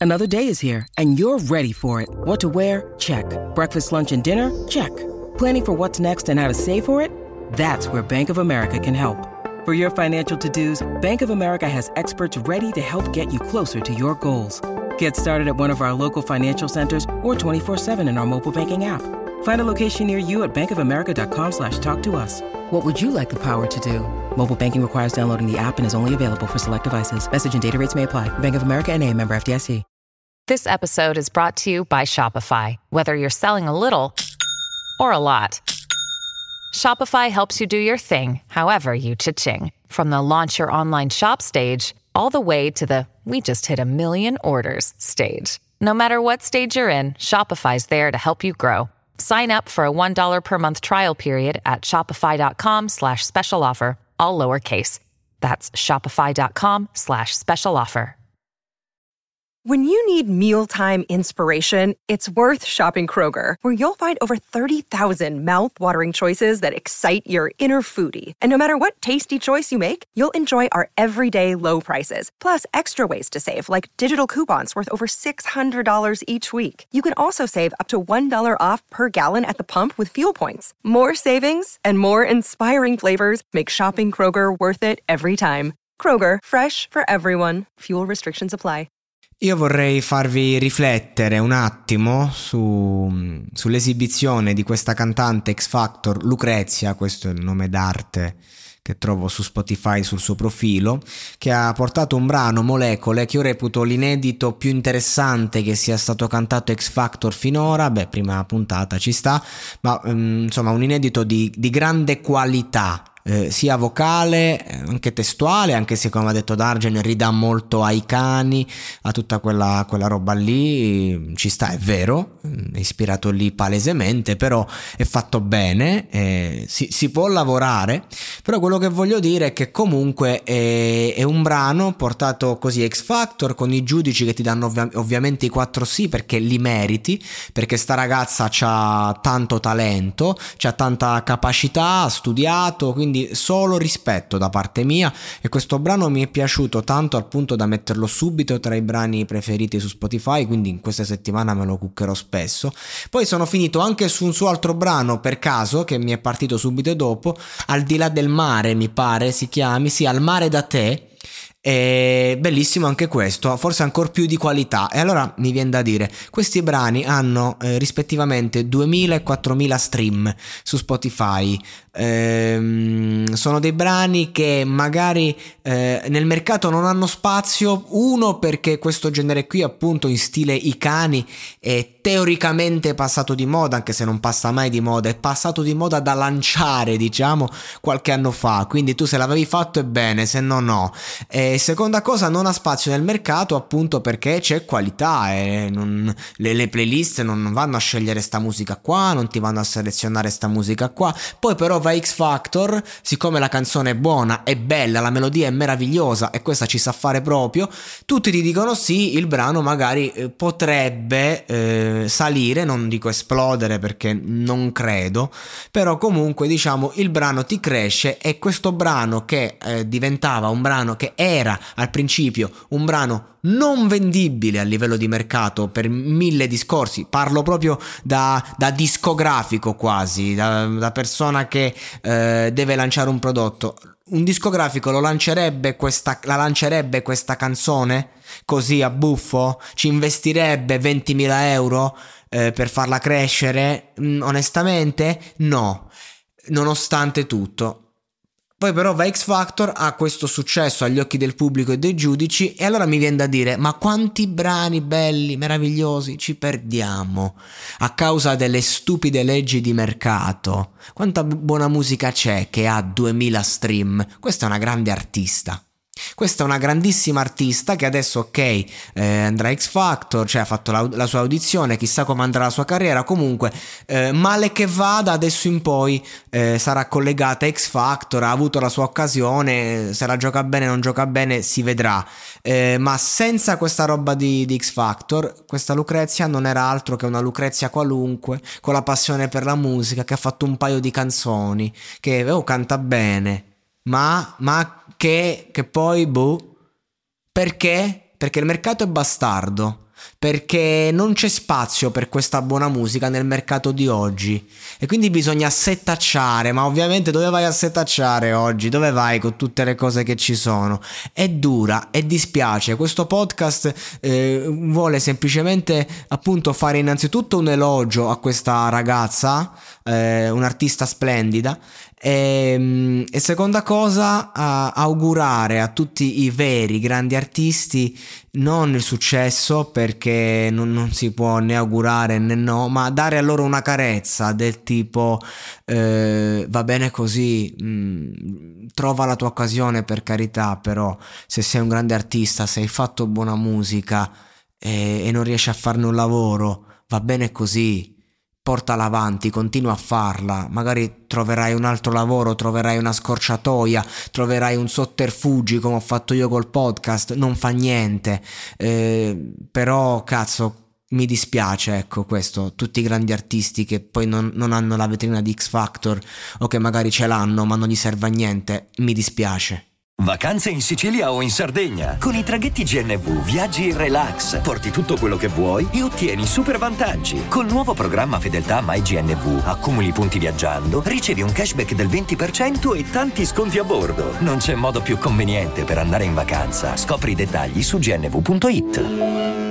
Another day is here, and you're ready for it. What to wear? Check. Breakfast, lunch, and dinner? Check. Planning for what's next and how to save for it? That's where Bank of America can help. For your financial to-dos, Bank of America has experts ready to help get you closer to your goals. Get started at one of our local financial centers or 24/7 in our mobile banking app. Find a location near you at bankofamerica.com/talktous. What would you like the power to do? Mobile banking requires downloading the app and is only available for select devices. Message and data rates may apply. Bank of America N.A., member FDIC. This episode is brought to you by Shopify. Whether you're selling a little or a lot, Shopify helps you do your thing, however you cha-ching. From the launch your online shop stage, all the way to the we just hit 1 million orders stage. No matter what stage you're in, Shopify's there to help you grow. Sign up for a $1 per month trial period at shopify.com/special offer, all lowercase. That's shopify.com/special offer. When you need mealtime inspiration, it's worth shopping Kroger, where you'll find over 30,000 mouth-watering choices that excite your inner foodie. And no matter what tasty choice you make, you'll enjoy our everyday low prices, plus extra ways to save, like digital coupons worth over $600 each week. You can also save up to $1 off per gallon at the pump with fuel points. More savings and more inspiring flavors make shopping Kroger worth it every time. Kroger, fresh for everyone. Fuel restrictions apply. Io vorrei farvi riflettere un attimo sull'esibizione di questa cantante X Factor, Lucrezia, questo è il nome d'arte che trovo su Spotify sul suo profilo, che ha portato un brano, Molecole, che io reputo l'inedito più interessante che sia stato cantato X Factor finora. Beh, prima puntata ci sta, ma insomma un inedito di grande qualità. Sia vocale, anche testuale, anche se, come ha detto Dargen, ridà molto ai cani, a tutta quella roba lì. Ci sta, è vero, è ispirato lì palesemente, però è fatto bene, si può lavorare. Però quello che voglio dire è che comunque è un brano portato così X Factor, con i giudici che ti danno ovviamente i 4 sì, perché li meriti, perché sta ragazza c'ha tanto talento, c'ha tanta capacità, ha studiato, quindi solo rispetto da parte mia. E questo brano mi è piaciuto tanto al punto da metterlo subito tra i brani preferiti su Spotify, quindi in questa settimana me lo cuccherò spesso. Poi sono finito anche su un suo altro brano per caso che mi è partito subito dopo, Al di là del mare, mi pare si chiami, sì, Al mare da te. È bellissimo anche questo, forse ancora più di qualità. E allora mi viene da dire, questi brani hanno rispettivamente 2000 e 4000 stream su Spotify. Sono dei brani che magari nel mercato non hanno spazio, uno perché questo genere qui, appunto in stile I cani, è teoricamente passato di moda, anche se non passa mai di moda, è passato di moda da lanciare, diciamo, qualche anno fa, quindi tu se l'avevi fatto è bene, se no no. E seconda cosa, non ha spazio nel mercato appunto perché c'è qualità e le playlist non vanno a scegliere sta musica qua, non ti vanno a selezionare sta musica qua. Poi però va X Factor, siccome la canzone è buona, è bella, la melodia è meravigliosa e questa ci sa fare proprio, tutti ti dicono sì, il brano magari potrebbe salire, non dico esplodere perché non credo, però comunque diciamo il brano ti cresce. E questo brano che diventava un brano che era al principio un brano non vendibile a livello di mercato per 1000 discorsi, parlo proprio da discografico quasi, da persona che deve lanciare un prodotto. Un discografico la lancerebbe questa canzone così a buffo? Ci investirebbe 20.000 euro per farla crescere? Onestamente no, nonostante tutto. Poi però va X Factor, ha questo successo agli occhi del pubblico e dei giudici, e allora mi viene da dire, ma quanti brani belli, meravigliosi ci perdiamo a causa delle stupide leggi di mercato? Quanta buona musica c'è che ha 2000 stream? Questa è una grande artista. Questa è una grandissima artista che adesso ok andrà a X Factor, cioè ha fatto la sua audizione, chissà come andrà la sua carriera. Comunque male che vada, adesso in poi sarà collegata a X Factor, ha avuto la sua occasione, se la gioca bene o non gioca bene si vedrà, ma senza questa roba di X Factor questa Lucrezia non era altro che una Lucrezia qualunque, con la passione per la musica, che ha fatto un paio di canzoni, che canta bene, ma che poi perché? Perché il mercato è bastardo. perché non c'è spazio per questa buona musica nel mercato di oggi e quindi bisogna settacciare. Ma ovviamente dove vai a settacciare oggi? Dove vai con tutte le cose che ci sono? È dura e dispiace. Questo podcast vuole semplicemente appunto fare innanzitutto un elogio a questa ragazza, un'artista splendida, e seconda cosa, augurare a tutti i veri grandi artisti non il successo, perché non si può né augurare né no, ma dare a loro una carezza del tipo va bene così, trova la tua occasione, per carità, però se sei un grande artista, se hai fatto buona musica e non riesci a farne un lavoro, va bene così, portala avanti, continua a farla, magari troverai un altro lavoro, troverai una scorciatoia, troverai un sotterfugi come ho fatto io col podcast, non fa niente, però cazzo, mi dispiace, ecco, questo, tutti i grandi artisti che poi non hanno la vetrina di X Factor, o che magari ce l'hanno ma non gli serve a niente, mi dispiace. Vacanze in Sicilia o in Sardegna. Con i traghetti GNV viaggi in relax, porti tutto quello che vuoi e ottieni super vantaggi. Col nuovo programma Fedeltà MyGNV accumuli punti viaggiando, ricevi un cashback del 20% e tanti sconti a bordo. Non c'è modo più conveniente per andare in vacanza. Scopri i dettagli su gnv.it.